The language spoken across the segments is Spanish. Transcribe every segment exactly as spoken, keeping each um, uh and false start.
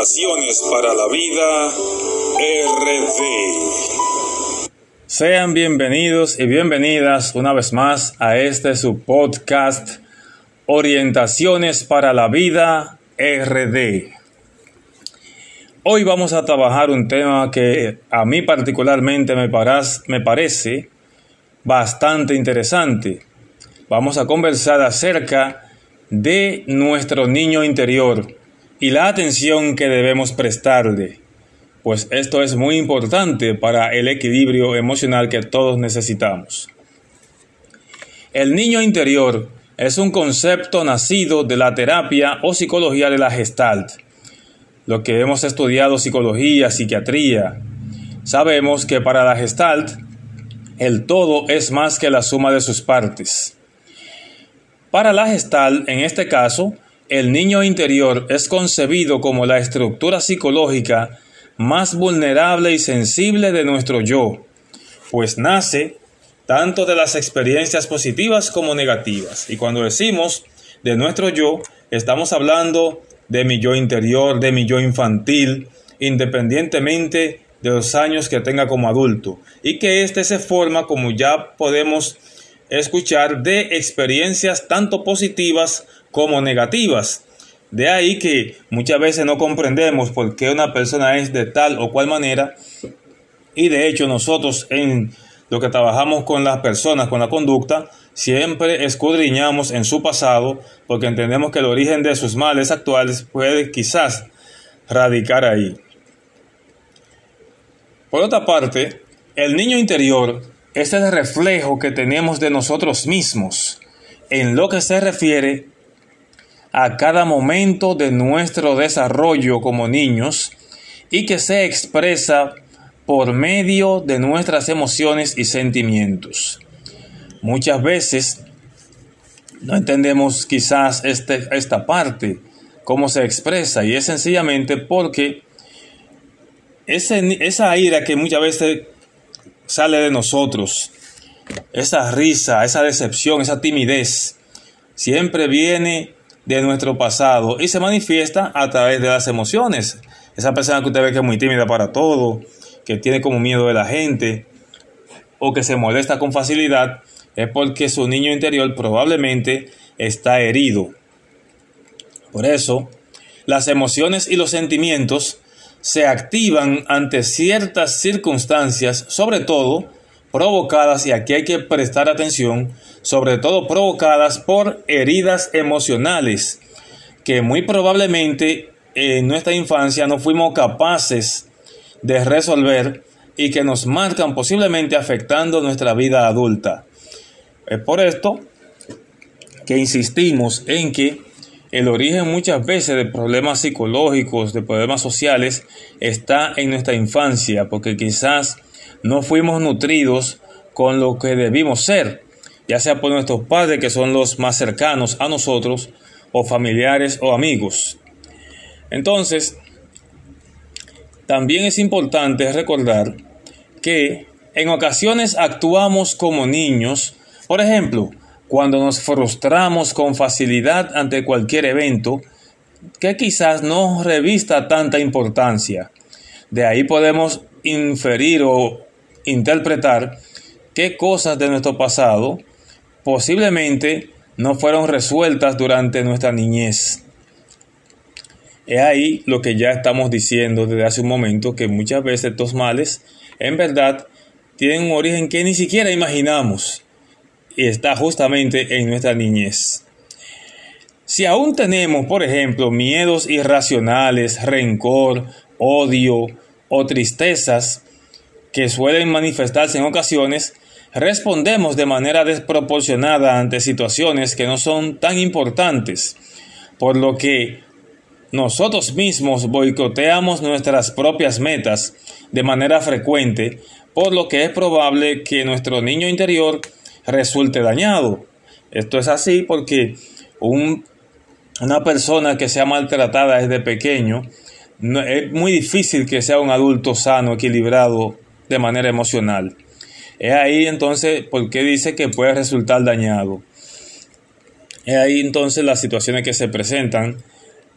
Orientaciones para la Vida R D. Sean bienvenidos y bienvenidas una vez más a este su podcast Orientaciones para la Vida R D. Hoy vamos a trabajar un tema que a mí particularmente me, paraz, me parece bastante interesante. Vamos a conversar acerca de nuestro niño interior y la atención que debemos prestarle, pues esto es muy importante para el equilibrio emocional que todos necesitamos. El niño interior es un concepto nacido de la terapia o psicología de la Gestalt. Los que hemos estudiado psicología, psiquiatría, sabemos que para la Gestalt el todo es más que la suma de sus partes. Para la Gestalt, en este caso, el niño interior es concebido como la estructura psicológica más vulnerable y sensible de nuestro yo, pues nace tanto de las experiencias positivas como negativas. Y cuando decimos de nuestro yo, estamos hablando de mi yo interior, de mi yo infantil, independientemente de los años que tenga como adulto, y que éste se forma, como ya podemos escuchar, de experiencias tanto positivas como negativas. De ahí que muchas veces no comprendemos por qué una persona es de tal o cual manera, y de hecho nosotros en lo que trabajamos con las personas, con la conducta, siempre escudriñamos en su pasado, porque entendemos que el origen de sus males actuales puede quizás radicar ahí. Por otra parte, el niño interior es el reflejo que tenemos de nosotros mismos en lo que se refiere a cada momento de nuestro desarrollo como niños y que se expresa por medio de nuestras emociones y sentimientos. Muchas veces no entendemos quizás este, esta parte, cómo se expresa, y es sencillamente porque ese, esa ira que muchas veces sale de nosotros, esa risa, esa decepción, esa timidez, siempre viene de nuestro pasado y se manifiesta a través de las emociones. Esa persona que usted ve que es muy tímida para todo, que tiene como miedo de la gente o que se molesta con facilidad, es porque su niño interior probablemente está herido. Por eso, las emociones y los sentimientos se activan ante ciertas circunstancias, sobre todo provocadas, y aquí hay que prestar atención, sobre todo provocadas por heridas emocionales que muy probablemente en nuestra infancia no fuimos capaces de resolver y que nos marcan posiblemente afectando nuestra vida adulta. Es por esto que insistimos en que el origen muchas veces de problemas psicológicos, de problemas sociales, está en nuestra infancia, porque quizás no fuimos nutridos con lo que debimos ser, ya sea por nuestros padres, que son los más cercanos a nosotros, o familiares o amigos. Entonces, también es importante recordar que en ocasiones actuamos como niños. Por ejemplo, cuando nos frustramos con facilidad ante cualquier evento que quizás no revista tanta importancia. De ahí podemos inferir o interpretar qué cosas de nuestro pasado posiblemente no fueron resueltas durante nuestra niñez. Es ahí lo que ya estamos diciendo desde hace un momento, que muchas veces estos males en verdad tienen un origen que ni siquiera imaginamos y está justamente en nuestra niñez. Si aún tenemos, por ejemplo, miedos irracionales, rencor, odio o tristezas que suelen manifestarse en ocasiones, respondemos de manera desproporcionada ante situaciones que no son tan importantes, por lo que nosotros mismos boicoteamos nuestras propias metas de manera frecuente, por lo que es probable que nuestro niño interior resulte dañado. Esto es así porque un, una persona que sea maltratada desde pequeño, no, es muy difícil que sea un adulto sano, equilibrado de manera emocional. Es ahí entonces porque dice que puede resultar dañado. Es ahí entonces las situaciones que se presentan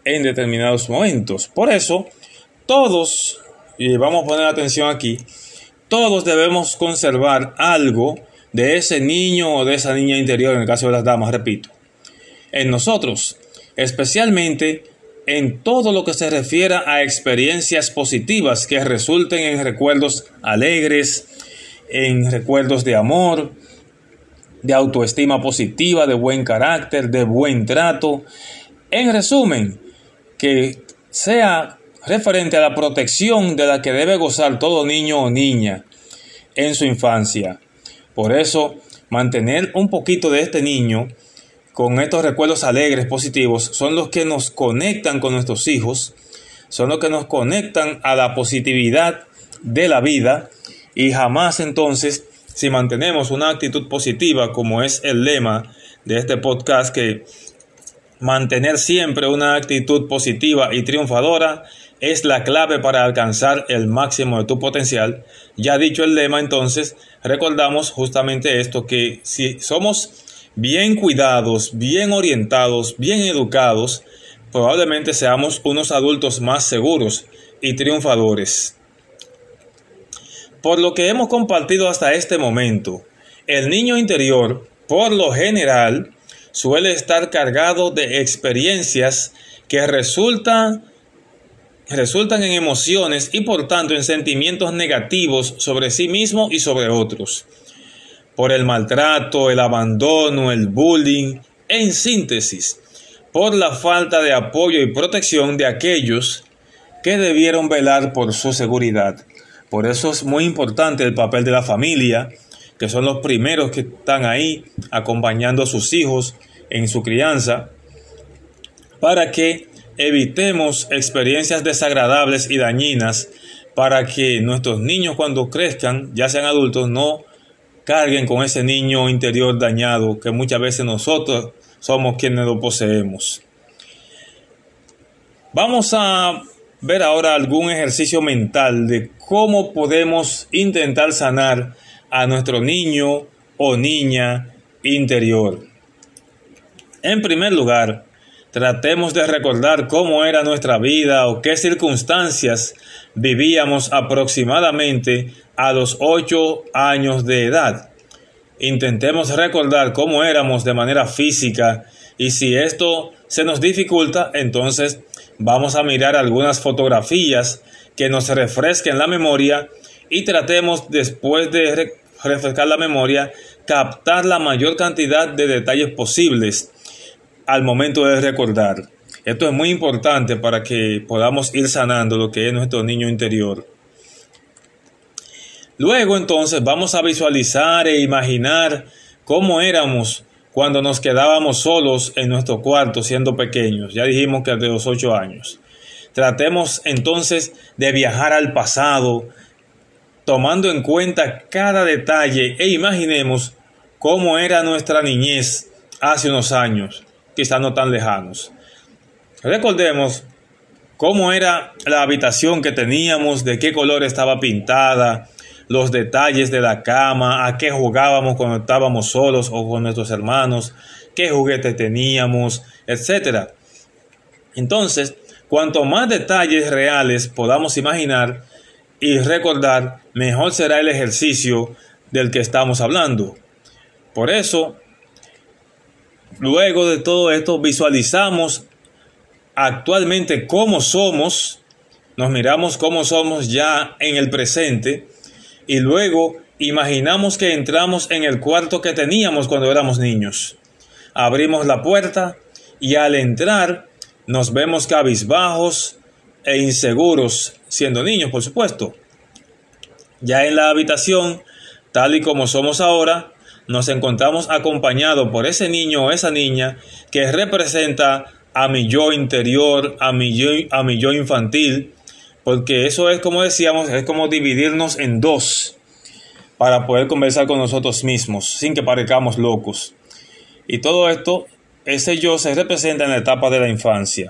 en determinados momentos. Por eso, todos, y vamos a poner atención aquí, todos debemos conservar algo de ese niño o de esa niña interior, en el caso de las damas, repito, en nosotros, especialmente en todo lo que se refiera a experiencias positivas que resulten en recuerdos alegres, en recuerdos de amor, de autoestima positiva, de buen carácter, de buen trato. En resumen, que sea referente a la protección de la que debe gozar todo niño o niña en su infancia. Por eso, mantener un poquito de este niño con estos recuerdos alegres, positivos, son los que nos conectan con nuestros hijos, son los que nos conectan a la positividad de la vida, y jamás entonces, si mantenemos una actitud positiva, como es el lema de este podcast, que mantener siempre una actitud positiva y triunfadora es la clave para alcanzar el máximo de tu potencial. Ya dicho el lema, entonces, recordamos justamente esto, que si somos bien cuidados, bien orientados, bien educados, probablemente seamos unos adultos más seguros y triunfadores. Por lo que hemos compartido hasta este momento, el niño interior, por lo general, suele estar cargado de experiencias que resultan, resultan en emociones y por tanto en sentimientos negativos sobre sí mismo y sobre otros, por el maltrato, el abandono, el bullying, en síntesis, por la falta de apoyo y protección de aquellos que debieron velar por su seguridad. Por eso es muy importante el papel de la familia, que son los primeros que están ahí acompañando a sus hijos en su crianza, para que evitemos experiencias desagradables y dañinas, para que nuestros niños cuando crezcan, ya sean adultos, no carguen con ese niño interior dañado que muchas veces nosotros somos quienes lo poseemos. Vamos a ver ahora algún ejercicio mental de cómo podemos intentar sanar a nuestro niño o niña interior. En primer lugar, tratemos de recordar cómo era nuestra vida o qué circunstancias vivíamos aproximadamente a los ocho años de edad. Intentemos recordar cómo éramos de manera física, y si esto se nos dificulta, entonces vamos a mirar algunas fotografías que nos refresquen la memoria y tratemos, después de refrescar la memoria, captar la mayor cantidad de detalles posibles al momento de recordar. Esto es muy importante para que podamos ir sanando lo que es nuestro niño interior. Luego entonces vamos a visualizar e imaginar cómo éramos cuando nos quedábamos solos en nuestro cuarto siendo pequeños. Ya dijimos que de los ocho años. Tratemos entonces de viajar al pasado, tomando en cuenta cada detalle, e imaginemos cómo era nuestra niñez hace unos años, quizás no tan lejanos. Recordemos cómo era la habitación que teníamos, de qué color estaba pintada, los detalles de la cama, a qué jugábamos cuando estábamos solos o con nuestros hermanos, qué juguetes teníamos, etcétera. Entonces, cuanto más detalles reales podamos imaginar y recordar, mejor será el ejercicio del que estamos hablando. Por eso, luego de todo esto, visualizamos actualmente cómo somos, nos miramos cómo somos ya en el presente, y luego imaginamos que entramos en el cuarto que teníamos cuando éramos niños. Abrimos la puerta y al entrar nos vemos cabizbajos e inseguros, siendo niños, por supuesto. Ya en la habitación, tal y como somos ahora, nos encontramos acompañados por ese niño o esa niña que representa a mi yo interior, a mi yo, a mi yo infantil, porque eso es, como decíamos, es como dividirnos en dos para poder conversar con nosotros mismos sin que parezcamos locos. Y todo esto, ese yo se representa en la etapa de la infancia.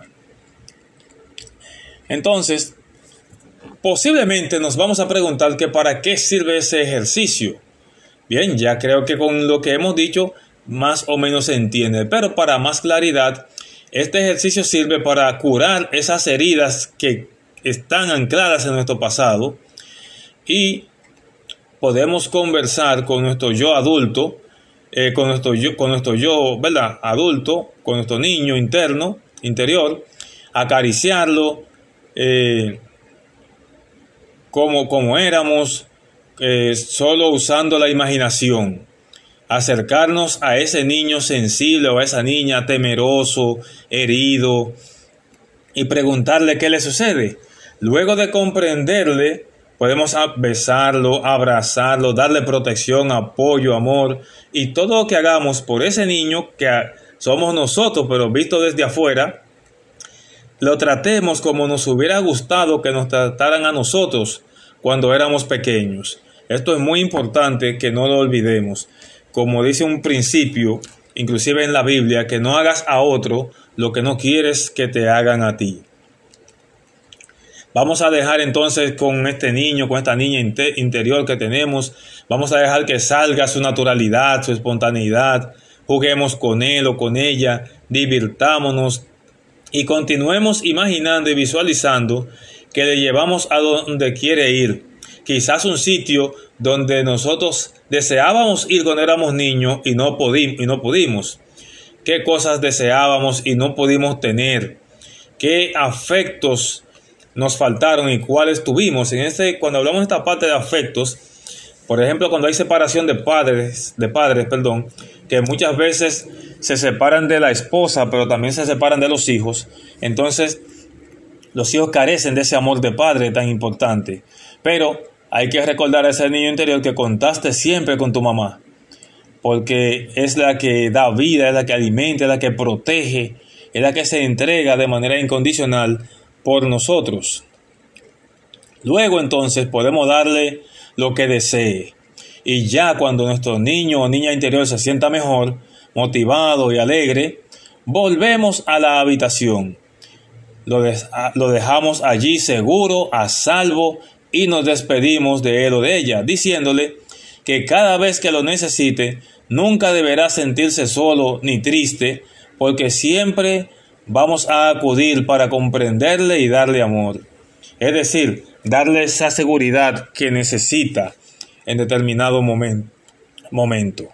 Entonces, posiblemente nos vamos a preguntar que para qué sirve ese ejercicio. Bien, ya creo que con lo que hemos dicho más o menos se entiende, pero para más claridad, Este ejercicio sirve para curar esas heridas que están ancladas en nuestro pasado y podemos conversar con nuestro yo adulto, eh, con nuestro yo, con nuestro yo, ¿verdad? Adulto, con nuestro niño interno, interior, acariciarlo eh, como, como éramos, eh, solo usando la imaginación. Acercarnos a ese niño sensible o a esa niña temeroso, herido, y preguntarle qué le sucede. Luego de comprenderle, podemos besarlo, abrazarlo, darle protección, apoyo, amor, y todo lo que hagamos por ese niño que somos nosotros, pero visto desde afuera, lo tratemos como nos hubiera gustado que nos trataran a nosotros cuando éramos pequeños. Esto es muy importante que no lo olvidemos. Como dice un principio, inclusive en la Biblia, que no hagas a otro lo que no quieres que te hagan a ti. Vamos a dejar entonces con este niño, con esta niña interior que tenemos, vamos a dejar que salga su naturalidad, su espontaneidad, juguemos con él o con ella, divirtámonos y continuemos imaginando y visualizando que le llevamos a donde quiere ir. Quizás un sitio donde nosotros deseábamos ir cuando éramos niños y no pudimos, y no pudimos. ¿Qué cosas deseábamos y no pudimos tener? ¿Qué afectos nos faltaron y cuáles tuvimos? En este, cuando hablamos de esta parte de afectos, por ejemplo, cuando hay separación de padres, de padres, perdón, que muchas veces se separan de la esposa, pero también se separan de los hijos, entonces los hijos carecen de ese amor de padre tan importante. Pero hay que recordar a ese niño interior que contaste siempre con tu mamá, porque es la que da vida, es la que alimenta, es la que protege, es la que se entrega de manera incondicional por nosotros. Luego entonces podemos darle lo que desee. Y ya cuando nuestro niño o niña interior se sienta mejor, motivado y alegre, volvemos a la habitación. Lo, de, lo dejamos allí seguro, a salvo, y nos despedimos de él o de ella, diciéndole que cada vez que lo necesite, nunca deberá sentirse solo ni triste, porque siempre vamos a acudir para comprenderle y darle amor. Es decir, darle esa seguridad que necesita en determinado momen- momento.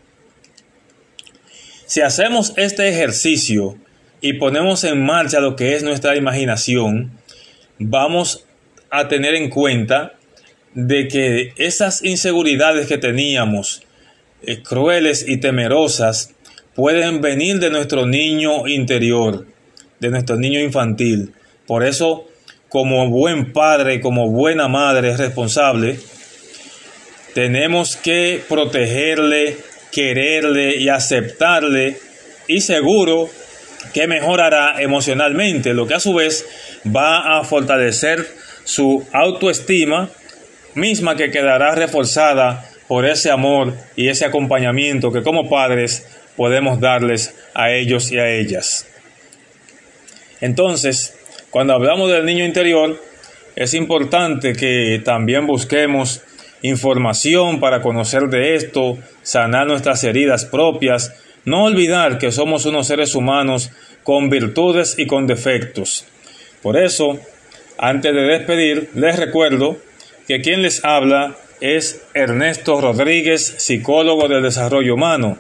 Si hacemos este ejercicio y ponemos en marcha lo que es nuestra imaginación, vamos a tener en cuenta de que esas inseguridades que teníamos, eh, crueles y temerosas, pueden venir de nuestro niño interior, de nuestro niño infantil. Por eso, como buen padre, como buena madre responsable, tenemos que protegerle, quererle y aceptarle, y seguro que mejorará emocionalmente, lo que a su vez va a fortalecer su autoestima misma, que quedará reforzada por ese amor y ese acompañamiento que como padres podemos darles a ellos y a ellas. Entonces, cuando hablamos del niño interior, es importante que también busquemos información para conocer de esto, sanar nuestras heridas propias, no olvidar que somos unos seres humanos con virtudes y con defectos. Por eso, antes de despedir, les recuerdo que quien les habla es Ernesto Rodríguez, psicólogo del desarrollo humano,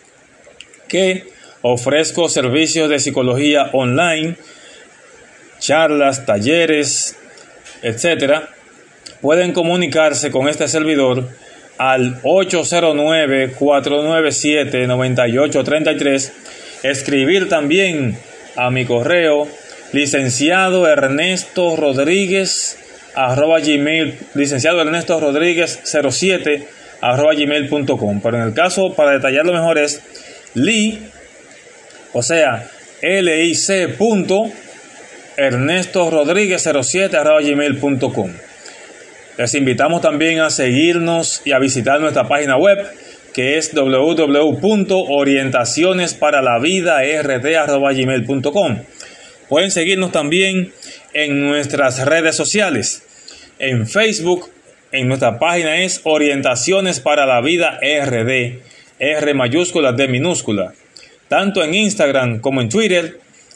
que ofrezco servicios de psicología online, charlas, talleres, etcétera. Pueden comunicarse con este servidor al ocho cero nueve, cuatro nueve siete, nueve ocho tres tres, escribir también a mi correo licenciado Ernesto Rodríguez arroba gmail, licenciado Ernesto Rodríguez cero siete arroba gmail punto com. Pero en el caso, para detallarlo mejor, es li, o sea, lic punto Ernesto Rodríguez cero siete arroba gmail punto com. Les invitamos también a seguirnos y a visitar nuestra página web, que es doble u doble u doble u punto orientaciones para la vida r d arroba gmail punto com. Pueden seguirnos también en nuestras redes sociales. En Facebook, en nuestra página es Orientaciones para la Vida R D, R mayúscula, D minúscula. Tanto en Instagram como en Twitter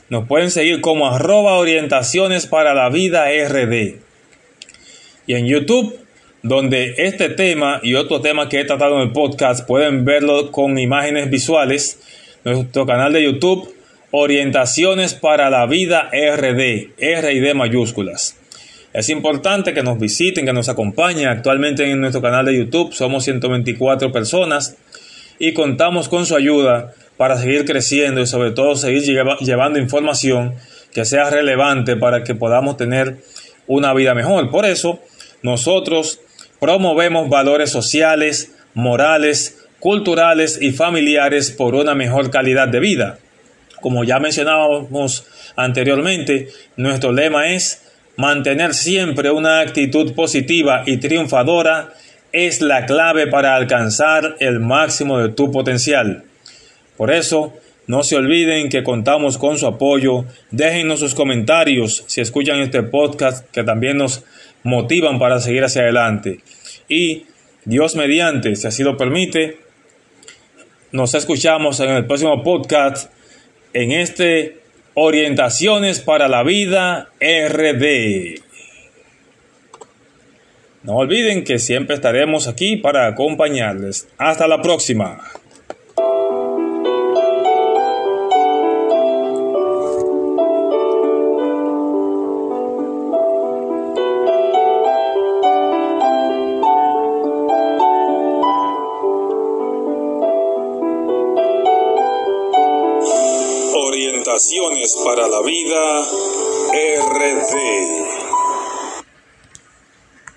Nos pueden seguir como arroba orientaciones para la vida R D. Y en YouTube, donde este tema y otro tema que he tratado en el podcast pueden verlo con imágenes visuales, nuestro canal de YouTube, Orientaciones para la Vida R D, R y D mayúsculas. Es importante que nos visiten, que nos acompañen. Actualmente en nuestro canal de YouTube somos ciento veinticuatro personas y contamos con su ayuda para seguir creciendo y sobre todo seguir lleva, llevando información que sea relevante para que podamos tener una vida mejor. Por eso, nosotros promovemos valores sociales, morales, culturales y familiares por una mejor calidad de vida. Como ya mencionábamos anteriormente, nuestro lema es mantener siempre una actitud positiva y triunfadora es la clave para alcanzar el máximo de tu potencial. Por eso, no se olviden que contamos con su apoyo. Déjennos sus comentarios si escuchan este podcast, que también nos motivan para seguir hacia adelante. Y Dios mediante, si así lo permite, nos escuchamos en el próximo podcast en este Orientaciones para la Vida R D. No olviden que siempre estaremos aquí para acompañarles. Hasta la próxima. Orientaciones para la Vida R D.